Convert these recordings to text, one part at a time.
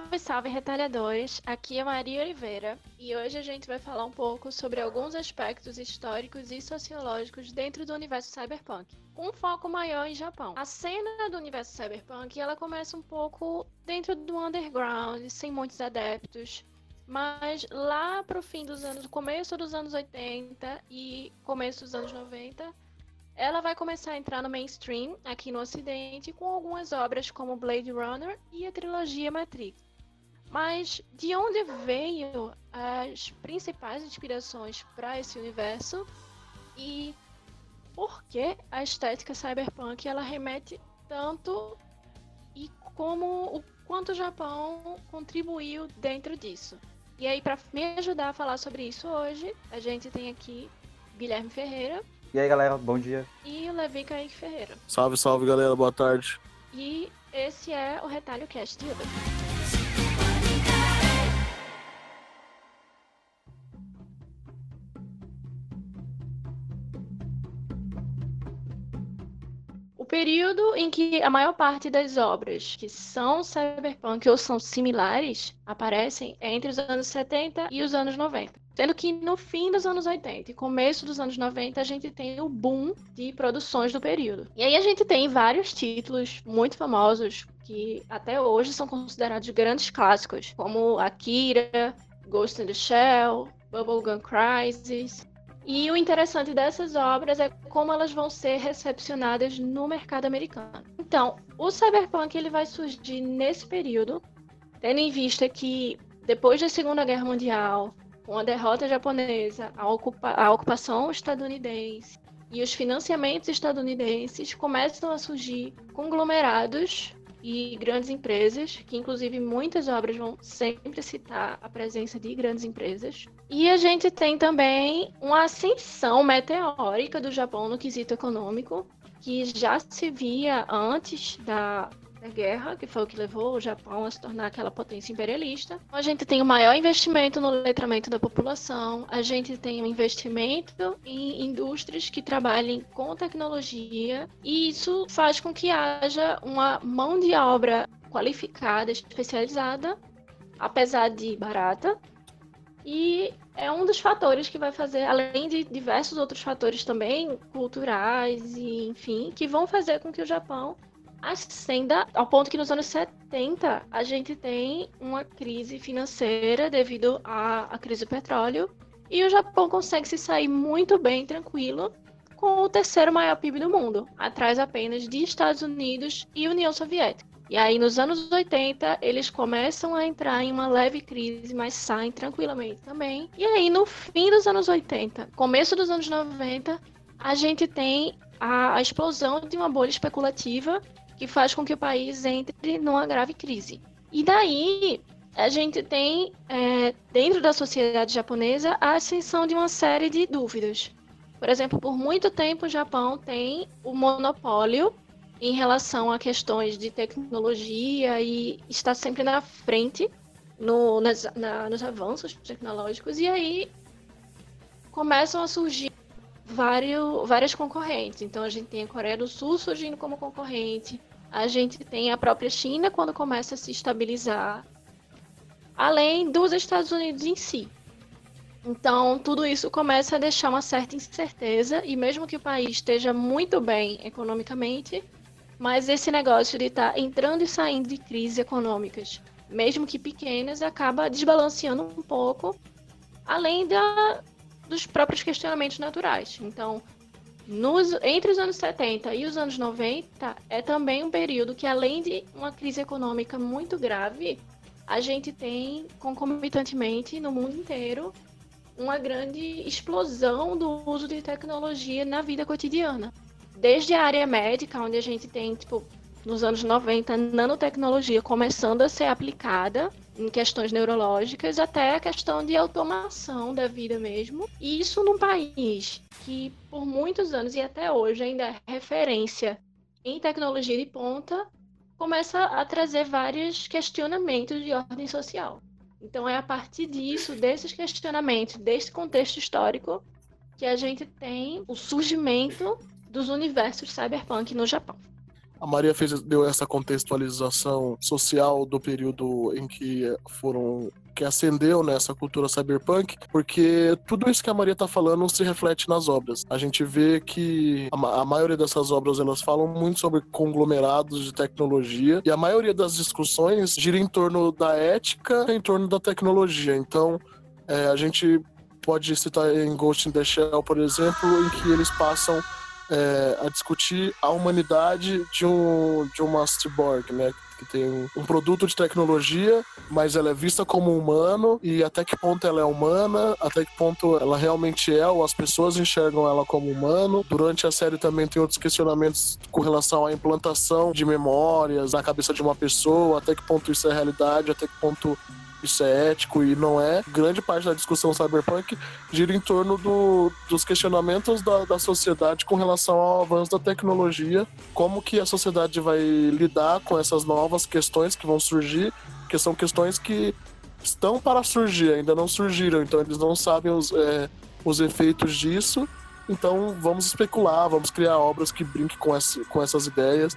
Salve, salve, retalhadores! Aqui é Maria Oliveira e hoje a gente vai falar um pouco sobre alguns aspectos históricos e sociológicos dentro do universo cyberpunk, com um foco maior em Japão. A cena do universo cyberpunk, ela começa um pouco dentro do underground, sem muitos adeptos, mas lá pro fim dos anos, começo dos anos 80 e começo dos anos 90, ela vai começar a entrar no mainstream aqui no Ocidente com algumas obras como Blade Runner e a trilogia Matrix. Mas de onde veio as principais inspirações para esse universo e por que a estética cyberpunk ela remete tanto e como o quanto o Japão contribuiu dentro disso? E aí, para me ajudar a falar sobre isso hoje, a gente tem aqui Guilherme Ferreira. E aí, galera, bom dia. E o Levi Kaique Ferreira. Salve, salve, galera, boa tarde. E esse é o Retalho Cast de hoje. O período em que a maior parte das obras que são cyberpunk ou são similares aparecem é entre os anos 70 e os anos 90. Sendo que no fim dos anos 80 e começo dos anos 90 a gente tem o boom de produções do período. E aí a gente tem vários títulos muito famosos que até hoje são considerados grandes clássicos, como Akira, Ghost in the Shell, Bubblegum Crisis. E o interessante dessas obras é como elas vão ser recepcionadas no mercado americano. Então, o cyberpunk ele vai surgir nesse período, tendo em vista que depois da Segunda Guerra Mundial, com a derrota japonesa, a ocupação estadunidense e os financiamentos estadunidenses começam a surgir conglomerados e grandes empresas, que inclusive muitas obras vão sempre citar a presença de grandes empresas. E a gente tem também uma ascensão meteórica do Japão no quesito econômico, que já se via antes da guerra, que foi o que levou o Japão a se tornar aquela potência imperialista. A gente tem o maior investimento no letramento da população, a gente tem um investimento em indústrias que trabalhem com tecnologia, e isso faz com que haja uma mão de obra qualificada, especializada, apesar de barata, e é um dos fatores que vai fazer, além de diversos outros fatores também, culturais e enfim, que vão fazer com que o Japão ascenda ao ponto que nos anos 70 a gente tem uma crise financeira devido à crise do petróleo e o Japão consegue se sair muito bem, tranquilo, com o terceiro maior PIB do mundo, atrás apenas de Estados Unidos e União Soviética. E aí nos anos 80 eles começam a entrar em uma leve crise, mas saem tranquilamente também. E aí no fim dos anos 80, começo dos anos 90, a gente tem a explosão de uma bolha especulativa que faz com que o país entre numa grave crise. E daí, a gente tem, dentro da sociedade japonesa, a ascensão de uma série de dúvidas. Por exemplo, por muito tempo o Japão tem o monopólio em relação a questões de tecnologia e está sempre na frente nos avanços tecnológicos. E aí começam a surgir várias concorrentes. Então a gente tem a Coreia do Sul surgindo como concorrente, a gente tem a própria China quando começa a se estabilizar, além dos Estados Unidos em si. Então tudo isso começa a deixar uma certa incerteza, e mesmo que o país esteja muito bem economicamente, mas esse negócio de estar entrando e saindo de crises econômicas, mesmo que pequenas, acaba desbalanceando um pouco, além dos próprios questionamentos naturais. Então, entre os anos 70 e os anos 90, é também um período que, além de uma crise econômica muito grave, a gente tem, concomitantemente, no mundo inteiro, uma grande explosão do uso de tecnologia na vida cotidiana. Desde a área médica, onde a gente tem, nos anos 90, nanotecnologia começando a ser aplicada em questões neurológicas, até a questão de automação da vida mesmo. E isso num país que, por muitos anos e até hoje, ainda é referência em tecnologia de ponta, começa a trazer vários questionamentos de ordem social. Então é a partir disso, desses questionamentos, desse contexto histórico, que a gente tem o surgimento dos universos cyberpunk no Japão. A Maria deu essa contextualização social do período em que ascendeu nessa cultura cyberpunk, porque tudo isso que a Maria tá falando se reflete nas obras. A gente vê que a maioria dessas obras, elas falam muito sobre conglomerados de tecnologia, e a maioria das discussões gira em torno da ética, em torno da tecnologia. Então, a gente pode citar em Ghost in the Shell, por exemplo, em que eles passam a discutir a humanidade de uma cyborg, né? Que tem um produto de tecnologia, mas ela é vista como humano, e até que ponto ela é humana, até que ponto ela realmente é, ou as pessoas enxergam ela como humano. Durante a série também tem outros questionamentos com relação à implantação de memórias na cabeça de uma pessoa, até que ponto isso é realidade, até que ponto isso é ético e não é. Grande parte da discussão cyberpunk gira em torno dos questionamentos da sociedade com relação ao avanço da tecnologia, como que a sociedade vai lidar com essas novas questões que vão surgir, que são questões que estão para surgir, ainda não surgiram, então eles não sabem os efeitos disso. Então vamos especular, vamos criar obras que brinquem com essas ideias.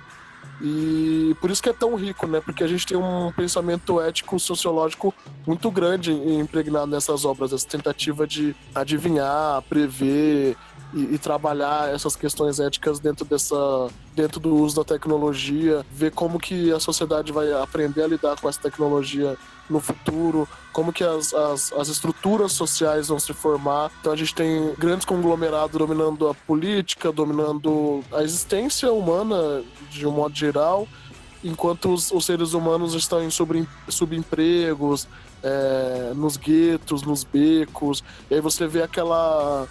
E por isso que é tão rico, né? Porque a gente tem um pensamento ético sociológico muito grande impregnado nessas obras, essa tentativa de adivinhar, prever e trabalhar essas questões éticas dentro do uso da tecnologia, ver como que a sociedade vai aprender a lidar com essa tecnologia no futuro, como que as estruturas sociais vão se formar. Então a gente tem grandes conglomerados dominando a política, dominando a existência humana de um modo geral, enquanto os seres humanos estão em subempregos, nos guetos, nos becos, e aí você vê aquela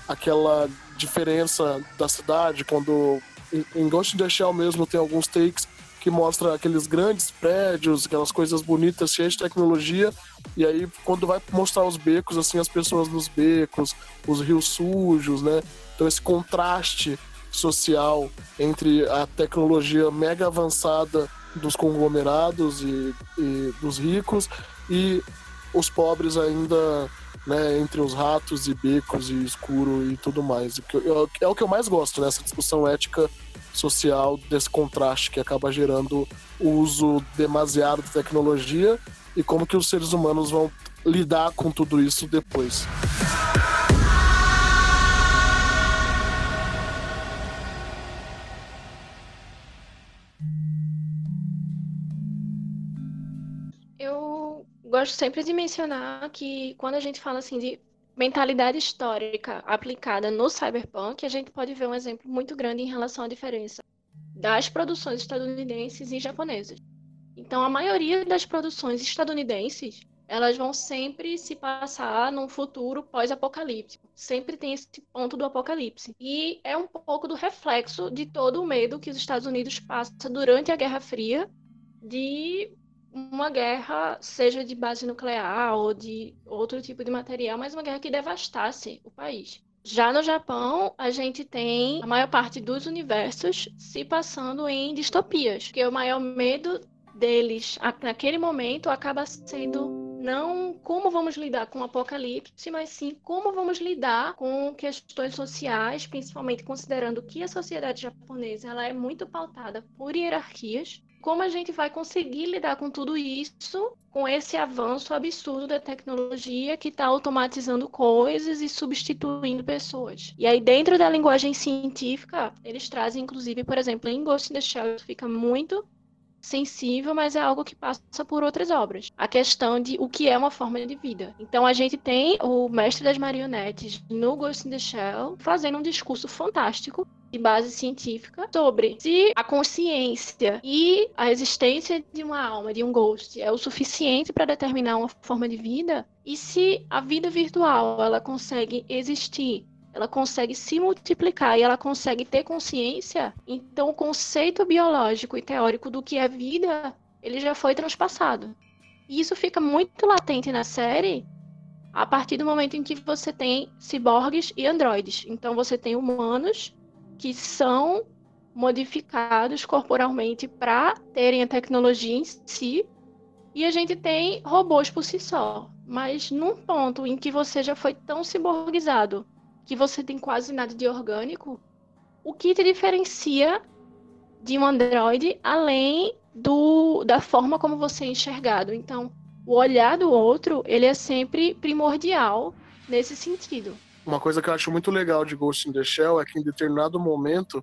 diferença da cidade, quando em Ghost in the Shell mesmo tem alguns takes que mostra aqueles grandes prédios, aquelas coisas bonitas, cheias de tecnologia, e aí quando vai mostrar os becos, assim, as pessoas nos becos, os rios sujos, né? Então esse contraste social entre a tecnologia mega avançada dos conglomerados e dos ricos e os pobres ainda, né, entre os ratos e becos e escuro e tudo mais. É o que eu mais gosto nessa discussão ética social, desse contraste que acaba gerando o uso demasiado de tecnologia e como que os seres humanos vão lidar com tudo isso depois. Eu gosto sempre de mencionar que quando a gente fala assim de mentalidade histórica aplicada no cyberpunk, a gente pode ver um exemplo muito grande em relação à diferença das produções estadunidenses e japonesas. Então, a maioria das produções estadunidenses, elas vão sempre se passar num futuro pós-apocalíptico. Sempre tem esse ponto do apocalipse. E é um pouco do reflexo de todo o medo que os Estados Unidos passam durante a Guerra Fria de uma guerra, seja de base nuclear ou de outro tipo de material, mas uma guerra que devastasse o país. Já no Japão, a gente tem a maior parte dos universos se passando em distopias, porque o maior medo deles naquele momento acaba sendo não como vamos lidar com o apocalipse, mas sim como vamos lidar com questões sociais, principalmente considerando que a sociedade japonesa ela é muito pautada por hierarquias. Como a gente vai conseguir lidar com tudo isso, com esse avanço absurdo da tecnologia que está automatizando coisas e substituindo pessoas. E aí, dentro da linguagem científica, eles trazem, inclusive, por exemplo, em Ghost in the Shell, fica muito sensível, mas é algo que passa por outras obras. A questão de o que é uma forma de vida. Então, a gente tem o Mestre das Marionetes no Ghost in the Shell fazendo um discurso fantástico de base científica sobre se a consciência e a existência de uma alma, de um ghost, é o suficiente para determinar uma forma de vida, e se a vida virtual ela consegue existir, ela consegue se multiplicar e ela consegue ter consciência, então o conceito biológico e teórico do que é vida, ele já foi transpassado. E isso fica muito latente na série a partir do momento em que você tem ciborgues e androides. Então você tem humanos que são modificados corporalmente para terem a tecnologia em si, e a gente tem robôs por si só. Mas num ponto em que você já foi tão ciborguizado que você tem quase nada de orgânico, o que te diferencia de um androide além da forma como você é enxergado. Então, o olhar do outro, ele é sempre primordial nesse sentido. Uma coisa que eu acho muito legal de Ghost in the Shell é que em determinado momento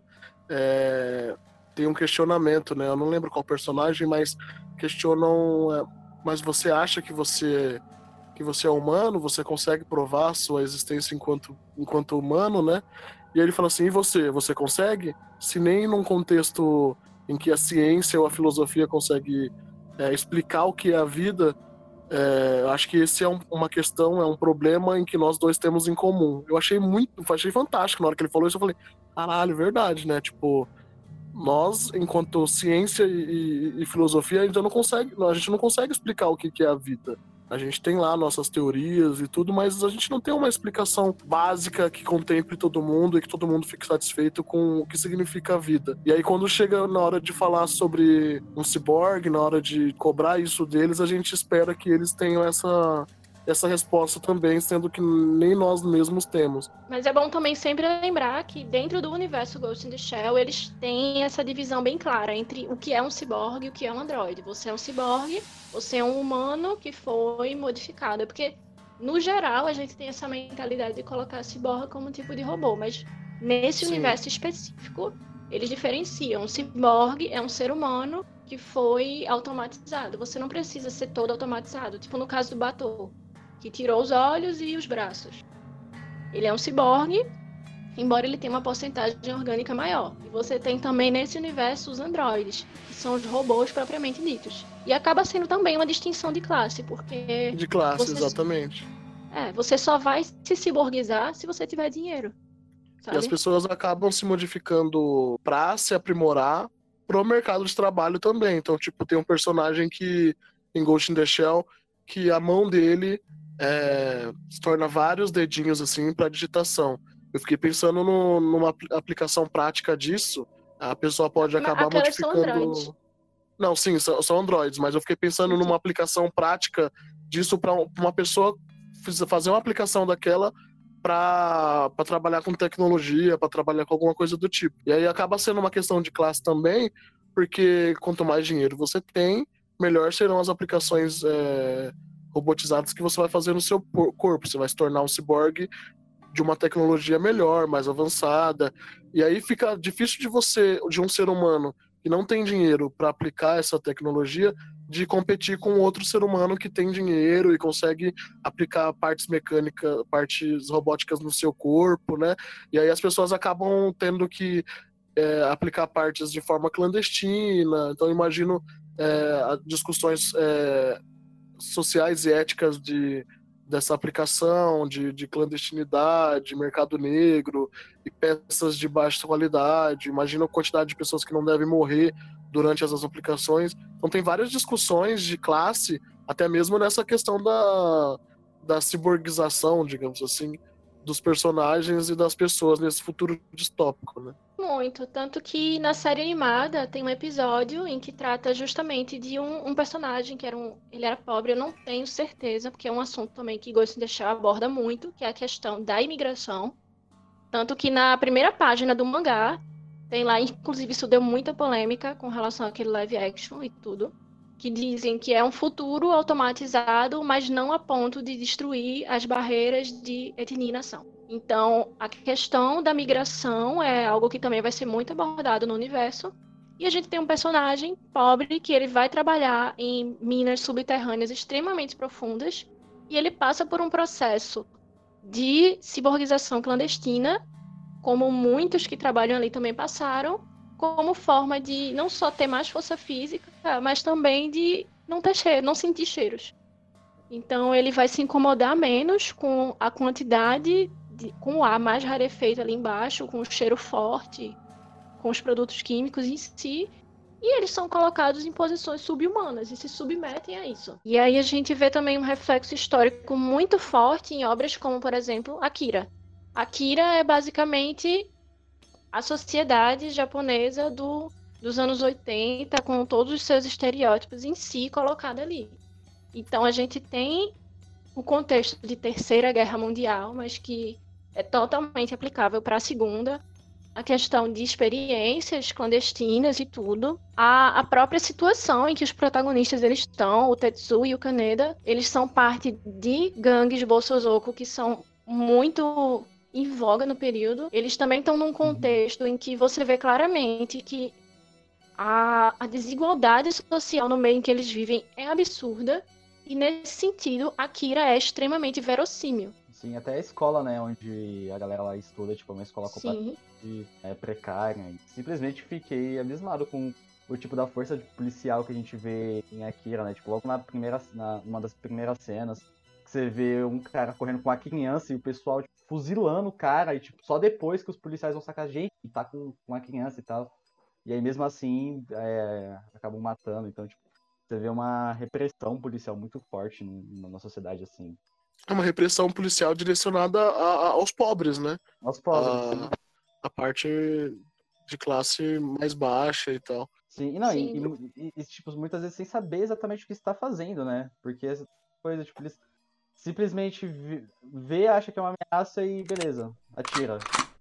tem um questionamento, né? Eu não lembro qual personagem, mas questionam, mas você acha que você é humano? Você consegue provar sua existência enquanto humano, né? E ele fala assim, e você? Você consegue? Se nem num contexto em que a ciência ou a filosofia consegue explicar o que é a vida, eu acho que esse é uma questão, é um problema em que nós dois temos em comum. Eu achei fantástico na hora que ele falou isso, eu falei, caralho, verdade, né? Tipo, nós, enquanto ciência e filosofia, a gente não consegue explicar o que é a vida. A gente tem lá nossas teorias e tudo, mas a gente não tem uma explicação básica que contemple todo mundo e que todo mundo fique satisfeito com o que significa a vida. E aí, quando chega na hora de falar sobre um ciborgue, na hora de cobrar isso deles, a gente espera que eles tenham essa resposta também, sendo que nem nós mesmos temos. Mas é bom também sempre lembrar que dentro do universo Ghost in the Shell, eles têm essa divisão bem clara entre o que é um ciborgue e o que é um androide. Você é um ciborgue, você é um humano que foi modificado. Porque, no geral, a gente tem essa mentalidade de colocar ciborgue como um tipo de robô, mas nesse Sim. universo específico, eles diferenciam. Um ciborgue é um ser humano que foi automatizado. Você não precisa ser todo automatizado. Tipo no caso do Batou, que tirou os olhos e os braços. Ele é um ciborgue, embora ele tenha uma porcentagem orgânica maior. E você tem também nesse universo os androides, que são os robôs propriamente ditos. E acaba sendo também uma distinção de classe, porque... De classe, exatamente. Você só vai se ciborguizar se você tiver dinheiro. Sabe? E as pessoas acabam se modificando pra se aprimorar pro mercado de trabalho também. Então, tipo, tem um personagem que, em Ghost in the Shell, que a mão dele se torna vários dedinhos, assim, pra digitação. Eu fiquei pensando numa aplicação prática disso. A pessoa pode acabar Aquelas modificando... são androides. Não, sim, são androides, mas eu fiquei pensando numa aplicação prática disso para uma pessoa fazer uma aplicação daquela para trabalhar com tecnologia, para trabalhar com alguma coisa do tipo. E aí acaba sendo uma questão de classe também, porque quanto mais dinheiro você tem, melhor serão as aplicações robotizadas que você vai fazer no seu corpo. Você vai se tornar um ciborgue de uma tecnologia melhor, mais avançada. E aí fica difícil de um ser humano que não tem dinheiro para aplicar essa tecnologia, de competir com outro ser humano que tem dinheiro e consegue aplicar partes mecânicas, partes robóticas no seu corpo, né? E aí as pessoas acabam tendo que aplicar partes de forma clandestina. Então imagino discussões sociais e éticas dessa aplicação de clandestinidade, mercado negro e peças de baixa qualidade. Imagina a quantidade de pessoas que não devem morrer durante essas aplicações. Então tem várias discussões de classe, até mesmo nessa questão da ciborgização, digamos assim, dos personagens e das pessoas nesse futuro distópico, né? Muito, tanto que na série animada tem um episódio em que trata justamente de um personagem que ele era pobre, eu não tenho certeza, porque é um assunto também que Ghost in the Shell aborda muito, que é a questão da imigração. Tanto que na primeira página do mangá tem lá, inclusive isso deu muita polêmica com relação àquele live action e tudo, que dizem que é um futuro automatizado, mas não a ponto de destruir as barreiras de etnia e nação. Então, a questão da migração é algo que também vai ser muito abordado no universo. E a gente tem um personagem pobre que ele vai trabalhar em minas subterrâneas extremamente profundas e ele passa por um processo de ciborgização clandestina, como muitos que trabalham ali também passaram, como forma de não só ter mais força física, mas também de não ter cheiro, não sentir cheiros. Então ele vai se incomodar menos com a quantidade, com o ar mais rarefeito ali embaixo, com o cheiro forte, com os produtos químicos em si, e eles são colocados em posições subhumanas e se submetem a isso. E aí a gente vê também um reflexo histórico muito forte em obras como, por exemplo, Akira. Akira é basicamente a sociedade japonesa dos anos 80, com todos os seus estereótipos em si colocado ali. Então a gente tem o contexto de Terceira Guerra Mundial, mas que é totalmente aplicável para a Segunda. a questão de experiências clandestinas e tudo, a própria situação em que os protagonistas eles estão, o Tetsuo e o Kaneda, eles são parte de gangues Bosozoku que são muito em voga no período. Eles também estão num contexto em que você vê claramente que a desigualdade social no meio em que eles vivem é absurda, e nesse sentido, Akira é extremamente verossímil. Sim, até a escola, né, onde a galera lá estuda, tipo, é uma escola Sim. completamente precária. E simplesmente fiquei abismado com o tipo da força policial que a gente vê em Akira, né? Tipo, logo numa das primeiras cenas, que você vê um cara correndo com uma criança e o pessoal tipo, fuzilando o cara, e tipo, só depois que os policiais vão sacar, gente, tá com uma criança e tal. E aí mesmo assim, acabam matando. Então, tipo, você vê uma repressão policial muito forte na sociedade, assim. É uma repressão policial direcionada aos pobres, né? Aos pobres. A parte de classe mais baixa e tal. Sim, e não, Sim. tipo, muitas vezes sem saber exatamente o que está fazendo, né? Porque essa coisa, tipo, eles simplesmente vê, acha que é uma ameaça e beleza, atira.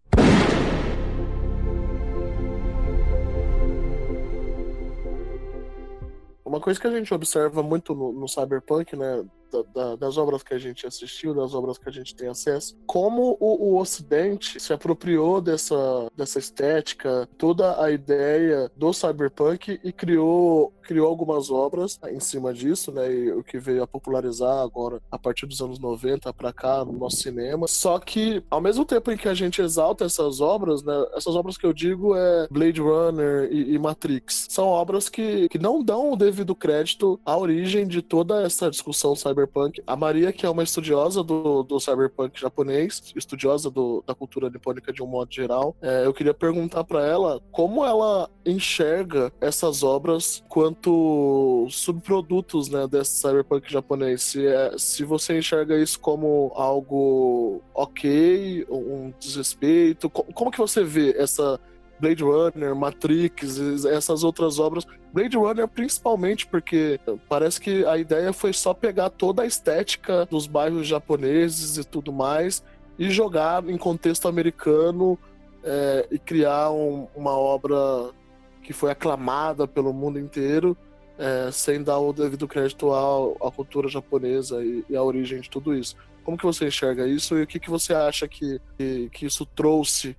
Uma coisa que a gente observa muito no Cyberpunk, né, das obras que a gente assistiu, das obras que a gente tem acesso, como o Ocidente se apropriou dessa estética, toda a ideia do Cyberpunk e criou algumas obras em cima disso, né, e o que veio a popularizar agora a partir dos anos 90 para cá no nosso cinema. Só que, ao mesmo tempo em que a gente exalta essas obras, né, essas obras que eu digo é Blade Runner e Matrix, são obras que não dão o devido crédito à origem de toda essa discussão cyberpunk. A Maria, que é uma estudiosa do cyberpunk japonês, estudiosa da cultura nipônica de um modo geral, eu queria perguntar para ela como ela enxerga essas obras quanto subprodutos, né, desse cyberpunk japonês. Se você enxerga isso como algo ok, um desrespeito, como que você vê essa Blade Runner, Matrix, essas outras obras. Blade Runner principalmente porque parece que a ideia foi só pegar toda a estética dos bairros japoneses e tudo mais e jogar em contexto americano e criar uma obra que foi aclamada pelo mundo inteiro, sem dar o devido crédito à cultura japonesa e à origem de tudo isso. Como que você enxerga isso e o que você acha que isso trouxe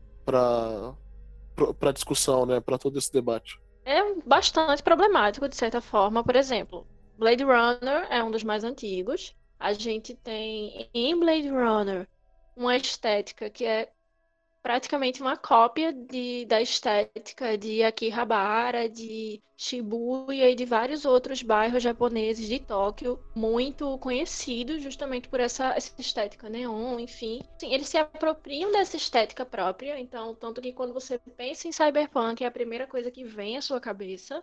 para discussão, né, para todo esse debate? É bastante problemático, de certa forma. Por exemplo, Blade Runner é um dos mais antigos. A gente tem em Blade Runner uma estética que é praticamente uma cópia da estética de Akihabara, de Shibuya e de vários outros bairros japoneses de Tóquio, muito conhecidos justamente por essa estética neon, enfim. Sim, eles se apropriam dessa estética própria, então, tanto que quando você pensa em cyberpunk, é a primeira coisa que vem à sua cabeça.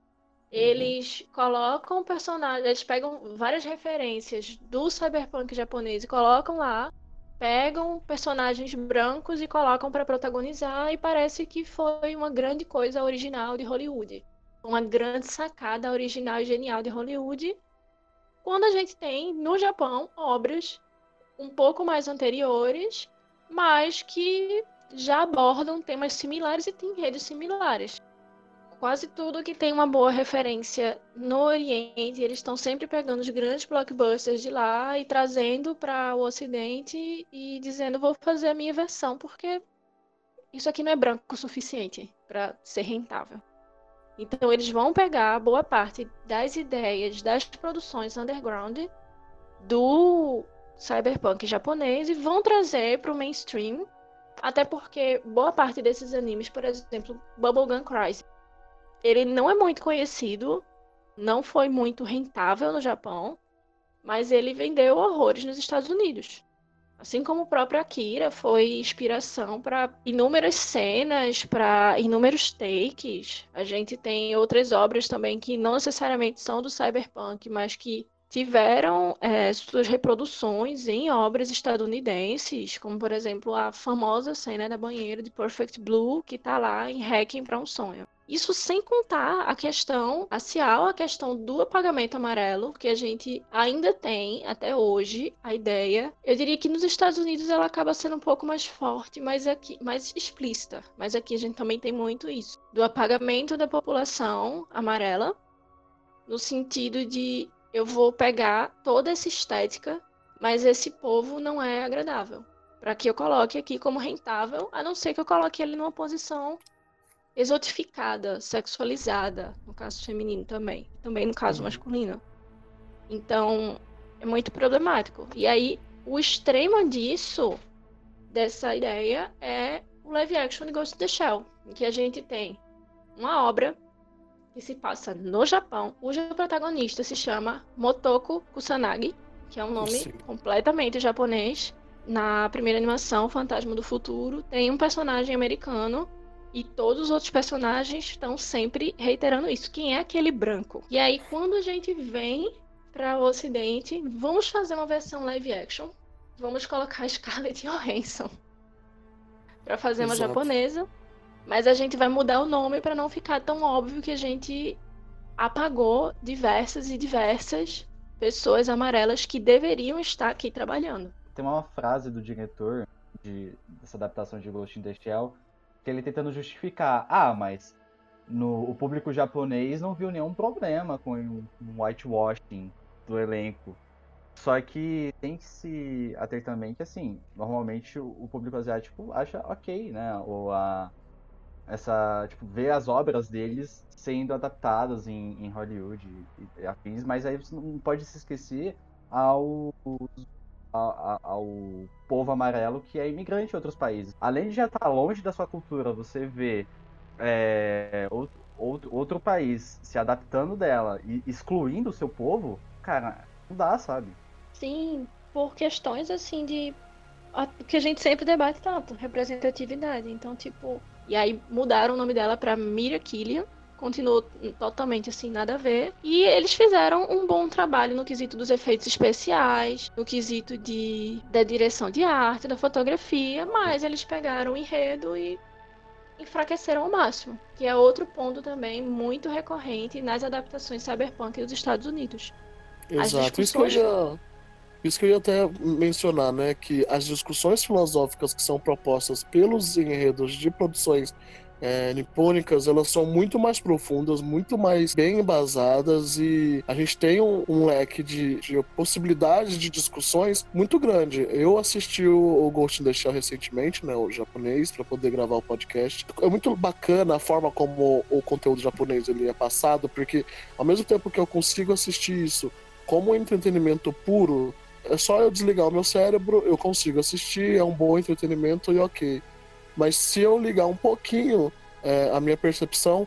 Eles colocam personagens, eles pegam várias referências do cyberpunk japonês e colocam lá, pegam personagens brancos e colocam para protagonizar, e parece que foi uma grande coisa original de Hollywood. Uma grande sacada original e genial de Hollywood. Quando a gente tem, no Japão, obras um pouco mais anteriores, mas que já abordam temas similares e têm redes similares. Quase tudo que tem uma boa referência no Oriente, eles estão sempre pegando os grandes blockbusters de lá e trazendo para o Ocidente e dizendo: vou fazer a minha versão, porque isso aqui não é branco o suficiente para ser rentável. Então eles vão pegar boa parte das ideias das produções underground do cyberpunk japonês e vão trazer para o mainstream, até porque boa parte desses animes, por exemplo, Bubblegum Crisis, ele não é muito conhecido, não foi muito rentável no Japão, mas ele vendeu horrores nos Estados Unidos. Assim como o próprio Akira foi inspiração para inúmeras cenas, para inúmeros takes. A gente tem outras obras também que não necessariamente são do cyberpunk, mas que tiveram suas reproduções em obras estadunidenses, como por exemplo a famosa cena da banheira de Perfect Blue, que está lá em Hacking para um Sonho. Isso sem contar a questão racial, a questão do apagamento amarelo, que a gente ainda tem até hoje a ideia. Eu diria que nos Estados Unidos ela acaba sendo um pouco mais forte, mais explícita. Mas aqui a gente também tem muito isso. Do apagamento da população amarela, no sentido de eu vou pegar toda essa estética, mas esse povo não é agradável. Para que eu coloque aqui como rentável, a não ser que eu coloque ele numa posição exotificada, sexualizada, no caso feminino também no caso masculino. Então, é muito problemático. E aí, o extremo disso, dessa ideia, é o live action de Ghost in the Shell, em que a gente tem uma obra que se passa no Japão, cujo protagonista se chama Motoko Kusanagi, que é um nome completamente japonês. Na primeira animação, Fantasma do Futuro, tem um personagem americano e todos os outros personagens estão sempre reiterando isso. Quem é aquele branco? E aí, quando a gente vem para o Ocidente, vamos fazer uma versão live action. Vamos colocar a Scarlett Johansson para fazer uma japonesa. Mas a gente vai mudar o nome para não ficar tão óbvio que a gente apagou diversas e diversas pessoas amarelas que deveriam estar aqui trabalhando. Tem uma frase do diretor dessa adaptação de Ghost in the Shell, que ele tentando justificar, mas o público japonês não viu nenhum problema com o whitewashing do elenco. Só que tem que se ater também que, assim, normalmente o público asiático acha ok, né? Ou ver as obras deles sendo adaptadas em Hollywood e afins, mas aí você não pode se esquecer ao povo amarelo que é imigrante em outros países. Além de já estar longe da sua cultura, você vê outro país se adaptando dela e excluindo o seu povo, cara, não dá, sabe? Sim, por questões assim de... que a gente sempre debate tanto, representatividade. Então, tipo... E aí mudaram o nome dela pra Mira Killian. Continuou totalmente assim, nada a ver. E eles fizeram um bom trabalho no quesito dos efeitos especiais, no quesito da direção de arte, da fotografia, mas eles pegaram o enredo e enfraqueceram ao máximo. Que é outro ponto também muito recorrente nas adaptações cyberpunk dos Estados Unidos. Exato, isso que eu ia até mencionar, né? Que as discussões filosóficas que são propostas pelos enredos de produções nipônicas, elas são muito mais profundas, muito mais bem embasadas, e a gente tem um leque de possibilidades de discussões muito grande. Eu assisti o Ghost in the Shell recentemente, né, o japonês, para poder gravar o podcast. É muito bacana a forma como o conteúdo japonês ele é passado, porque ao mesmo tempo que eu consigo assistir isso como entretenimento puro, é só eu desligar o meu cérebro, eu consigo assistir, é um bom entretenimento e ok. Mas se eu ligar um pouquinho a minha percepção,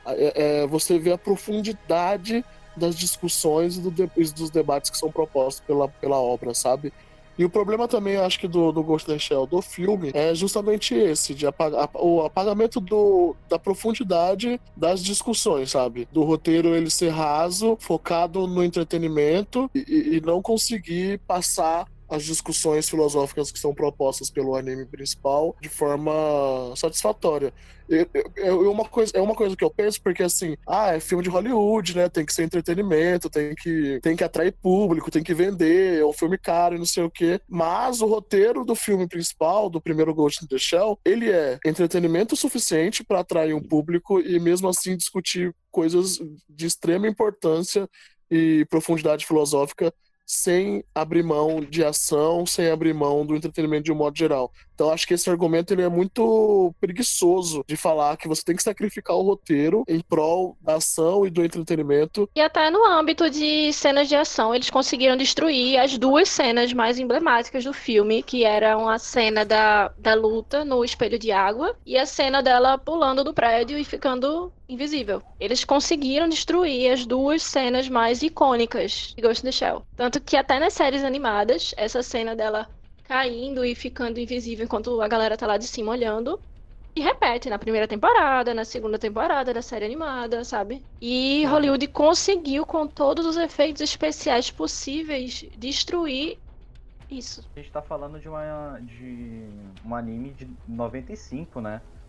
você vê a profundidade das discussões e dos debates que são propostos pela obra, sabe? E o problema também, acho que do Ghost in the Shell, do filme, é justamente esse, o apagamento da profundidade das discussões, sabe? Do roteiro ele ser raso, focado no entretenimento e não conseguir passar as discussões filosóficas que são propostas pelo anime principal de forma satisfatória. É uma coisa que eu penso, porque assim, é filme de Hollywood, né? Tem que ser entretenimento, tem que atrair público, tem que vender, é um filme caro e não sei o quê. Mas o roteiro do filme principal, do primeiro Ghost in the Shell, ele é entretenimento suficiente para atrair um público e mesmo assim discutir coisas de extrema importância e profundidade filosófica sem abrir mão de ação, sem abrir mão do entretenimento de um modo geral. Então acho que esse argumento ele é muito preguiçoso de falar que você tem que sacrificar o roteiro em prol da ação e do entretenimento. E até no âmbito de cenas de ação, eles conseguiram destruir as duas cenas mais emblemáticas do filme, que eram a cena da luta no espelho de água e a cena dela pulando do prédio e ficando invisível. Eles conseguiram destruir as duas cenas mais icônicas de Ghost in the Shell. Tanto que até nas séries animadas, essa cena dela caindo e ficando invisível enquanto a galera tá lá de cima olhando, e repete na primeira temporada, na segunda temporada da série animada, sabe? E Hollywood conseguiu, com todos os efeitos especiais possíveis, destruir isso. A gente tá falando de um anime de 95, né?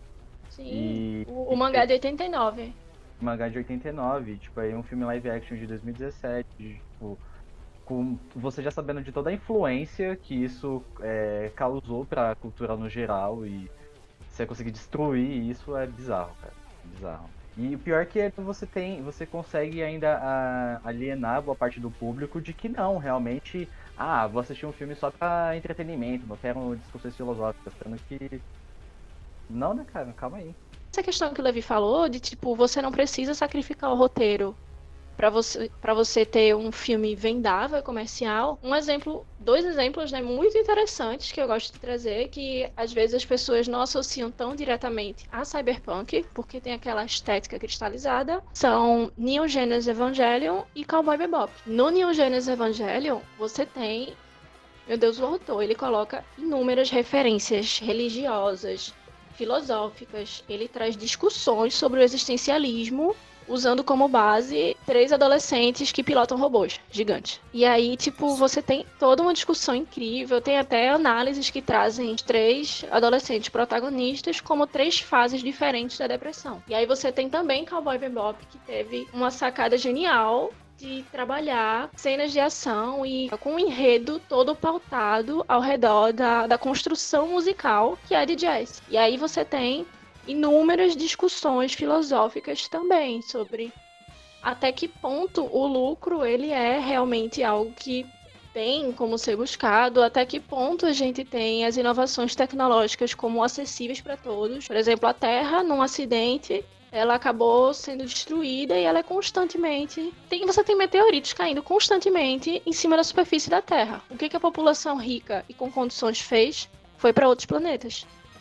Sim. E O mangá é de 89. mangá de 89, tipo, aí um filme live action de 2017, tipo, com você já sabendo de toda a influência que isso causou pra cultura no geral e você conseguir destruir isso é bizarro, cara. Bizarro. E o pior que é que você consegue ainda alienar boa parte do público de que não, realmente, vou assistir um filme só pra entretenimento, não quero discussões filosóficas, sendo que não, né, cara, calma aí. Essa questão que o Levi falou de, tipo, você não precisa sacrificar o roteiro para você ter um filme vendável, comercial. Dois exemplos, né, muito interessantes que eu gosto de trazer, que às vezes as pessoas não associam tão diretamente a Cyberpunk, porque tem aquela estética cristalizada, são Neon Genesis Evangelion e Cowboy Bebop. No Neon Genesis Evangelion, você tem, meu Deus, o autor, ele coloca inúmeras referências religiosas, filosóficas, ele traz discussões sobre o existencialismo, usando como base 3 adolescentes que pilotam robôs gigantes. E aí, tipo, você tem toda uma discussão incrível, tem até análises que trazem os 3 adolescentes protagonistas como 3 fases diferentes da depressão. E aí você tem também Cowboy Bebop, que teve uma sacada genial de trabalhar cenas de ação e com um enredo todo pautado ao redor da construção musical que é de jazz. E aí você tem inúmeras discussões filosóficas também sobre até que ponto o lucro ele é realmente algo que tem como ser buscado, até que ponto a gente tem as inovações tecnológicas como acessíveis para todos. Por exemplo, a Terra, num acidente, ela acabou sendo destruída e ela é constantemente... Você tem meteoritos caindo constantemente em cima da superfície da Terra. O que a população rica e com condições fez foi para outros planetas.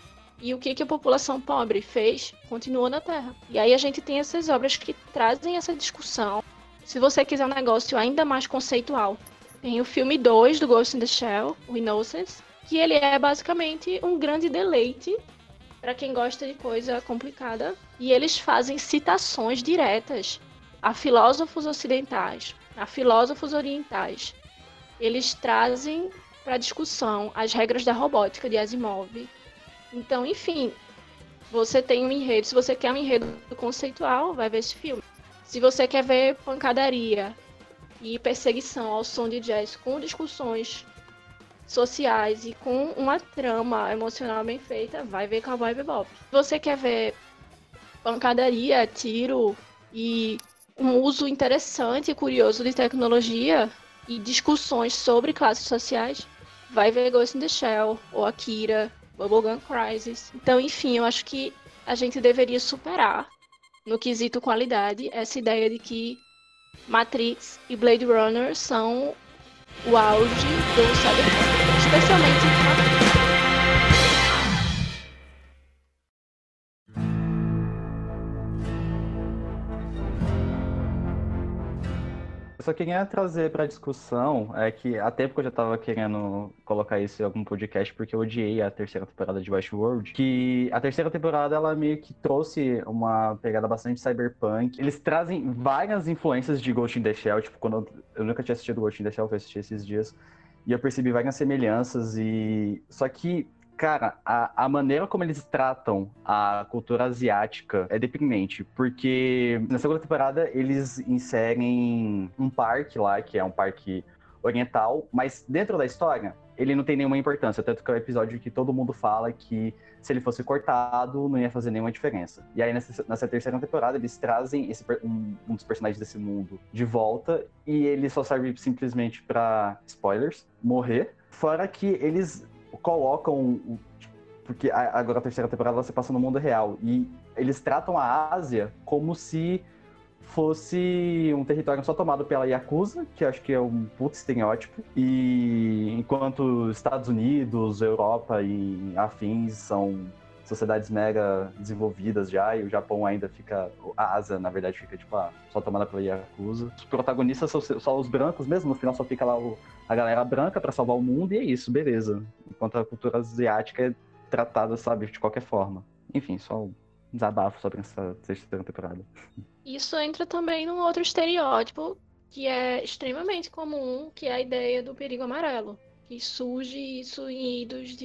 E o que a população pobre fez, continuou na Terra. E aí a gente tem essas obras que trazem essa discussão. Se você quiser um negócio ainda mais conceitual, tem o filme 2 do Ghost in the Shell, o Innocence, que ele é basicamente um grande deleite para quem gosta de coisa complicada. E eles fazem citações diretas a filósofos ocidentais, a filósofos orientais. Eles trazem para discussão as regras da robótica de Asimov. Então, enfim, você tem um enredo. Se você quer um enredo conceitual, vai ver esse filme. Se você quer ver pancadaria e perseguição ao som de jazz com discussões sociais e com uma trama emocional bem feita, vai ver Cowboy Bebop. Se você quer ver pancadaria, tiro e um uso interessante e curioso de tecnologia e discussões sobre classes sociais, vai ver Ghost in the Shell ou Akira, Bubblegum Crisis. Então, enfim, eu acho que a gente deveria superar, no quesito qualidade, essa ideia de que Matrix e Blade Runner são o auge do cyberpunk, especialmente Matrix. Eu só queria trazer pra discussão, que há tempo que eu já tava querendo colocar isso em algum podcast, porque eu odiei a terceira temporada de Westworld, que a terceira temporada, ela meio que trouxe uma pegada bastante cyberpunk. Eles trazem várias influências de Ghost in the Shell, tipo, quando eu nunca tinha assistido Ghost in the Shell, eu assisti esses dias, e eu percebi várias semelhanças, só que cara, a maneira como eles tratam a cultura asiática é deprimente, porque na segunda temporada eles inserem um parque lá, que é um parque oriental, mas dentro da história ele não tem nenhuma importância, tanto que é o episódio que todo mundo fala que se ele fosse cortado não ia fazer nenhuma diferença. E aí nessa terceira temporada eles trazem um dos personagens desse mundo de volta e ele só serve simplesmente pra, spoilers, morrer, fora que eles colocam, porque agora a terceira temporada se passa no mundo real, e eles tratam a Ásia como se fosse um território só tomado pela Yakuza, que acho que é um puto estereótipo, e enquanto Estados Unidos, Europa e afins são sociedades mega desenvolvidas já, e o Japão ainda fica, a Ásia na verdade fica tipo só tomada pela Yakuza. Os protagonistas são só os brancos mesmo, no final só fica lá a galera branca pra salvar o mundo e é isso, beleza. Enquanto a cultura asiática é tratada, sabe, de qualquer forma. Enfim, só um desabafo sobre essa terceira temporada. Isso entra também num outro estereótipo que é extremamente comum, que é a ideia do perigo amarelo, que surge isso em idos de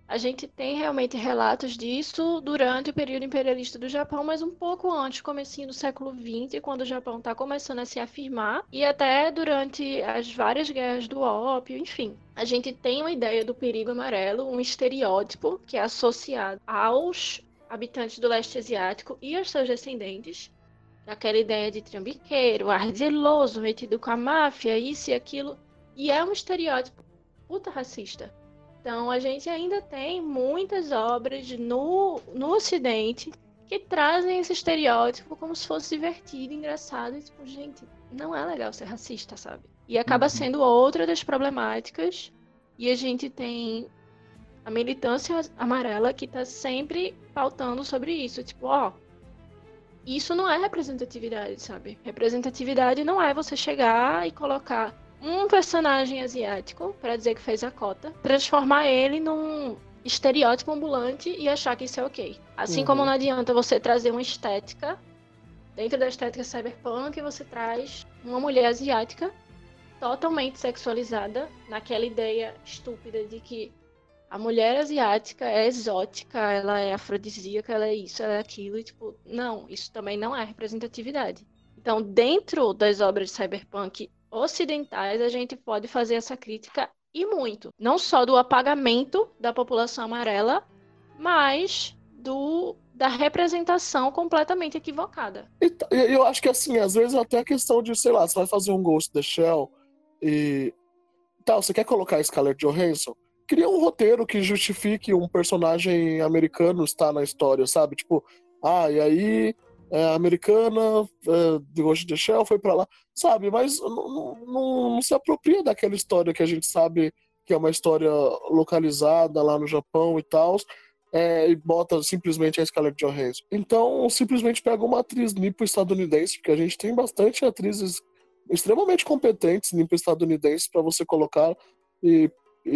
A gente tem realmente relatos disso durante o período imperialista do Japão, mas um pouco antes, comecinho do século XX, quando o Japão está começando a se afirmar, e até durante as várias guerras do ópio, enfim. A gente tem uma ideia do perigo amarelo, um estereótipo que é associado aos habitantes do leste asiático e aos seus descendentes. Aquela ideia de trambiqueiro, ardiloso, metido com a máfia, isso e aquilo. E é um estereótipo puta racista. Então, a gente ainda tem muitas obras no Ocidente que trazem esse estereótipo como se fosse divertido, engraçado. E, tipo, gente, não é legal ser racista, sabe? E acaba sendo outra das problemáticas. E a gente tem a militância amarela que tá sempre pautando sobre isso. Tipo, ó, isso não é representatividade, sabe? Representatividade não é você chegar e colocar um personagem asiático, para dizer que fez a cota, transformar ele num estereótipo ambulante e achar que isso é ok. Assim como não adianta você trazer uma estética, dentro da estética cyberpunk, você traz uma mulher asiática totalmente sexualizada, naquela ideia estúpida de que a mulher asiática é exótica, ela é afrodisíaca, ela é isso, ela é aquilo, e tipo, não, isso também não é representatividade. Então, dentro das obras de cyberpunk ocidentais, a gente pode fazer essa crítica e muito. Não só do apagamento da população amarela, mas da representação completamente equivocada. Eu acho que, assim, às vezes até a questão de, sei lá, você vai fazer um Ghost in the Shell e tal, você quer colocar a Scarlett Johansson? Cria um roteiro que justifique um personagem americano estar na história, sabe? Tipo, e aí a americana de Ghost in the Shell foi pra lá, sabe? Mas não se apropria daquela história que a gente sabe que é uma história localizada lá no Japão e tal, e bota simplesmente a Scarlett Johansson. Então, simplesmente pega uma atriz nipo-estadunidense, porque a gente tem bastante atrizes extremamente competentes nipo-estadunidenses para você colocar e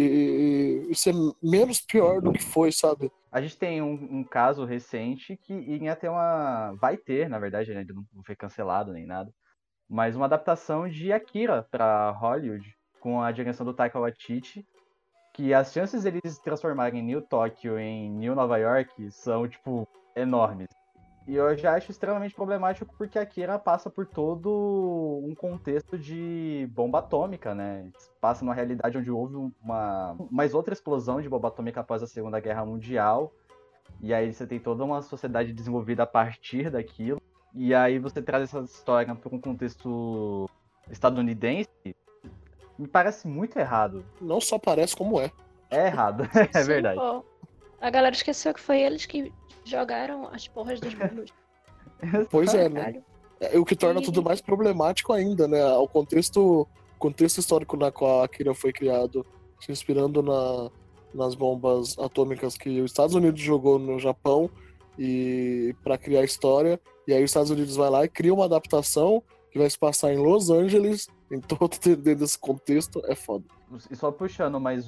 ser menos pior do que foi, sabe? A gente tem um caso recente que ia ter vai ter, na verdade, né, não foi cancelado nem nada, mas uma adaptação de Akira para Hollywood, com a direção do Taika Waititi, que as chances deles transformarem New Tóquio em New Nova York são, tipo, enormes. E eu já acho extremamente problemático porque Akira passa por todo um contexto de bomba atômica, né? Passa numa realidade onde houve mais outra explosão de bomba atômica após a Segunda Guerra Mundial. E aí você tem toda uma sociedade desenvolvida a partir daquilo. E aí você traz essa história para um contexto estadunidense. Me parece muito errado. Não só parece como é. É errado, é verdade. Pô. A galera esqueceu que foi eles que jogaram as porras das bombas. Pois é, né? O que torna tudo mais problemático ainda, né? O contexto histórico na qual a Akira foi criado, se inspirando nas bombas atômicas que os Estados Unidos jogou no Japão e para criar a história. E aí os Estados Unidos vai lá e cria uma adaptação que vai se passar em Los Angeles, em todo dentro desse contexto, é foda. E só puxando mais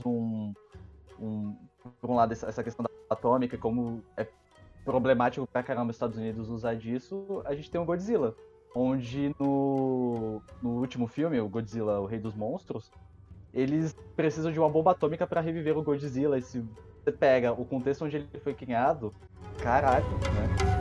por um lado, essa questão da atômica, como é problemático pra caramba os Estados Unidos usar disso, a gente tem o Godzilla, onde no último filme, o Godzilla, o Rei dos Monstros, eles precisam de uma bomba atômica pra reviver o Godzilla, e se você pega o contexto onde ele foi criado, caralho, né?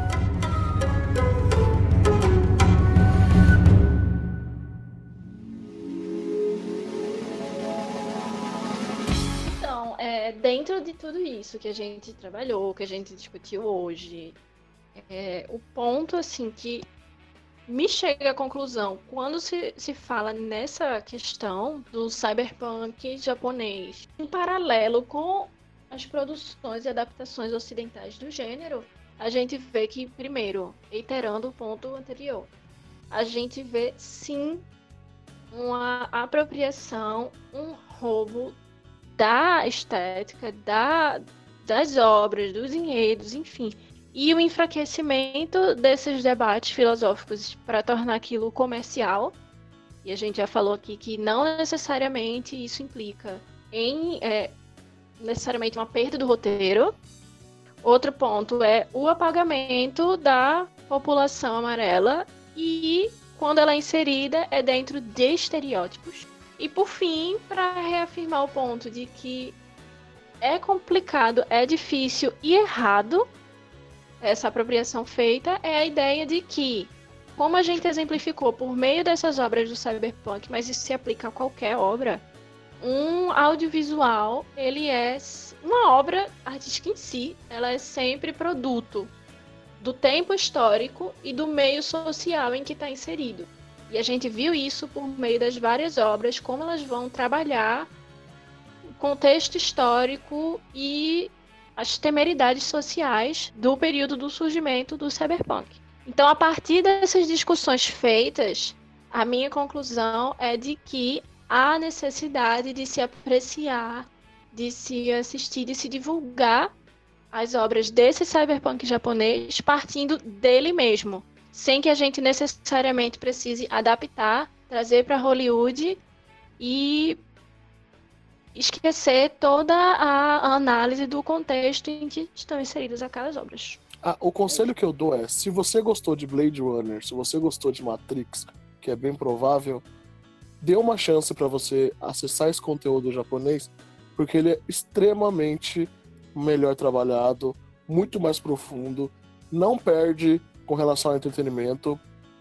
Dentro de tudo isso que a gente trabalhou, que a gente discutiu hoje, o ponto assim que me chega à conclusão quando se fala nessa questão do cyberpunk japonês, em paralelo com as produções e adaptações ocidentais do gênero, a gente vê que, primeiro, reiterando o ponto anterior, a gente vê sim uma apropriação, um roubo da estética, das obras, dos enredos, enfim. E o enfraquecimento desses debates filosóficos para tornar aquilo comercial. E a gente já falou aqui que não necessariamente isso implica em necessariamente uma perda do roteiro. Outro ponto é o apagamento da população amarela e quando ela é inserida é dentro de estereótipos. E por fim, para reafirmar o ponto de que é complicado, é difícil e errado essa apropriação feita é a ideia de que, como a gente exemplificou por meio dessas obras do cyberpunk, mas isso se aplica a qualquer obra, um audiovisual, ele é uma obra artística em si, ela é sempre produto do tempo histórico e do meio social em que está inserido. E a gente viu isso por meio das várias obras, como elas vão trabalhar o contexto histórico e as temeridades sociais do período do surgimento do cyberpunk. Então, a partir dessas discussões feitas, a minha conclusão é de que há necessidade de se apreciar, de se assistir, de se divulgar as obras desse cyberpunk japonês partindo dele mesmo, sem que a gente necessariamente precise adaptar, trazer para Hollywood e esquecer toda a análise do contexto em que estão inseridas aquelas obras. O conselho que eu dou é, se você gostou de Blade Runner, se você gostou de Matrix, que é bem provável, dê uma chance para você acessar esse conteúdo japonês, porque ele é extremamente melhor trabalhado, muito mais profundo, não perde com relação ao entretenimento.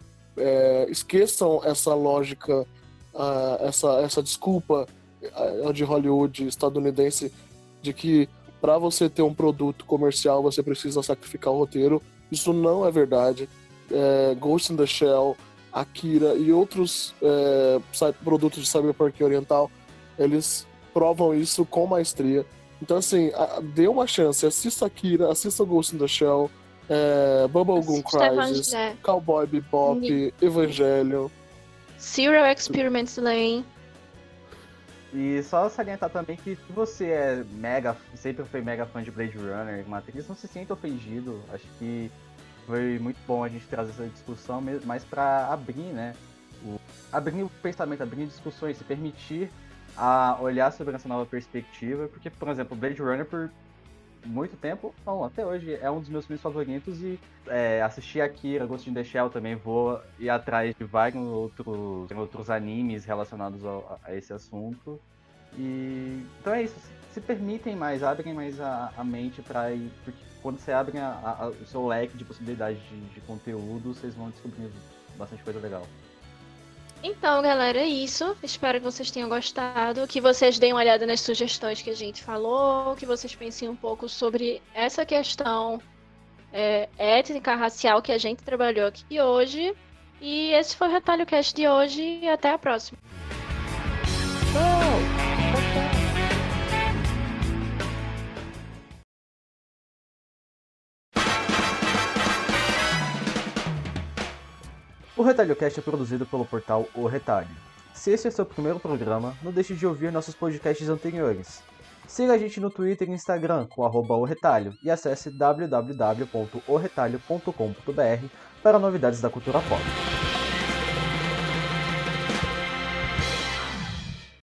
Esqueçam essa lógica, essa desculpa de Hollywood estadunidense de que para você ter um produto comercial você precisa sacrificar o roteiro. Isso não é verdade. Ghost in the Shell, Akira e outros produtos de cyberpunk oriental, eles provam isso com maestria. Então, assim, dê uma chance, assista Akira, assista Ghost in the Shell, Bubblegum Crisis, Cowboy Bebop, Evangelion, Serial Experiments Lane. E só salientar também que se você sempre foi mega fã de Blade Runner e Matrix, não se sinta ofendido. Acho que foi muito bom a gente trazer essa discussão, mas para abrir, né? Abrir o pensamento, abrir discussões, se permitir a olhar sobre essa nova perspectiva. Porque, por exemplo, Blade Runner por muito tempo, até hoje, é um dos meus filmes favoritos. E assistir Akira, Ghost in the Shell também, vou ir atrás de vários outros animes relacionados a esse assunto. E então é isso, se permitem mais, abrem mais a mente para ir, porque quando você abre o seu leque de possibilidades de conteúdo, vocês vão descobrir bastante coisa legal. Então, galera, é isso. Espero que vocês tenham gostado, que vocês deem uma olhada nas sugestões que a gente falou, que vocês pensem um pouco sobre essa questão étnica, racial que a gente trabalhou aqui hoje. E esse foi o Retalho Cast de hoje e até a próxima. O RetalhoCast é produzido pelo portal O Retalho. Se esse é seu primeiro programa, não deixe de ouvir nossos podcasts anteriores. Siga a gente no Twitter e Instagram com @oretalho e acesse www.oretalho.com.br para novidades da cultura pop.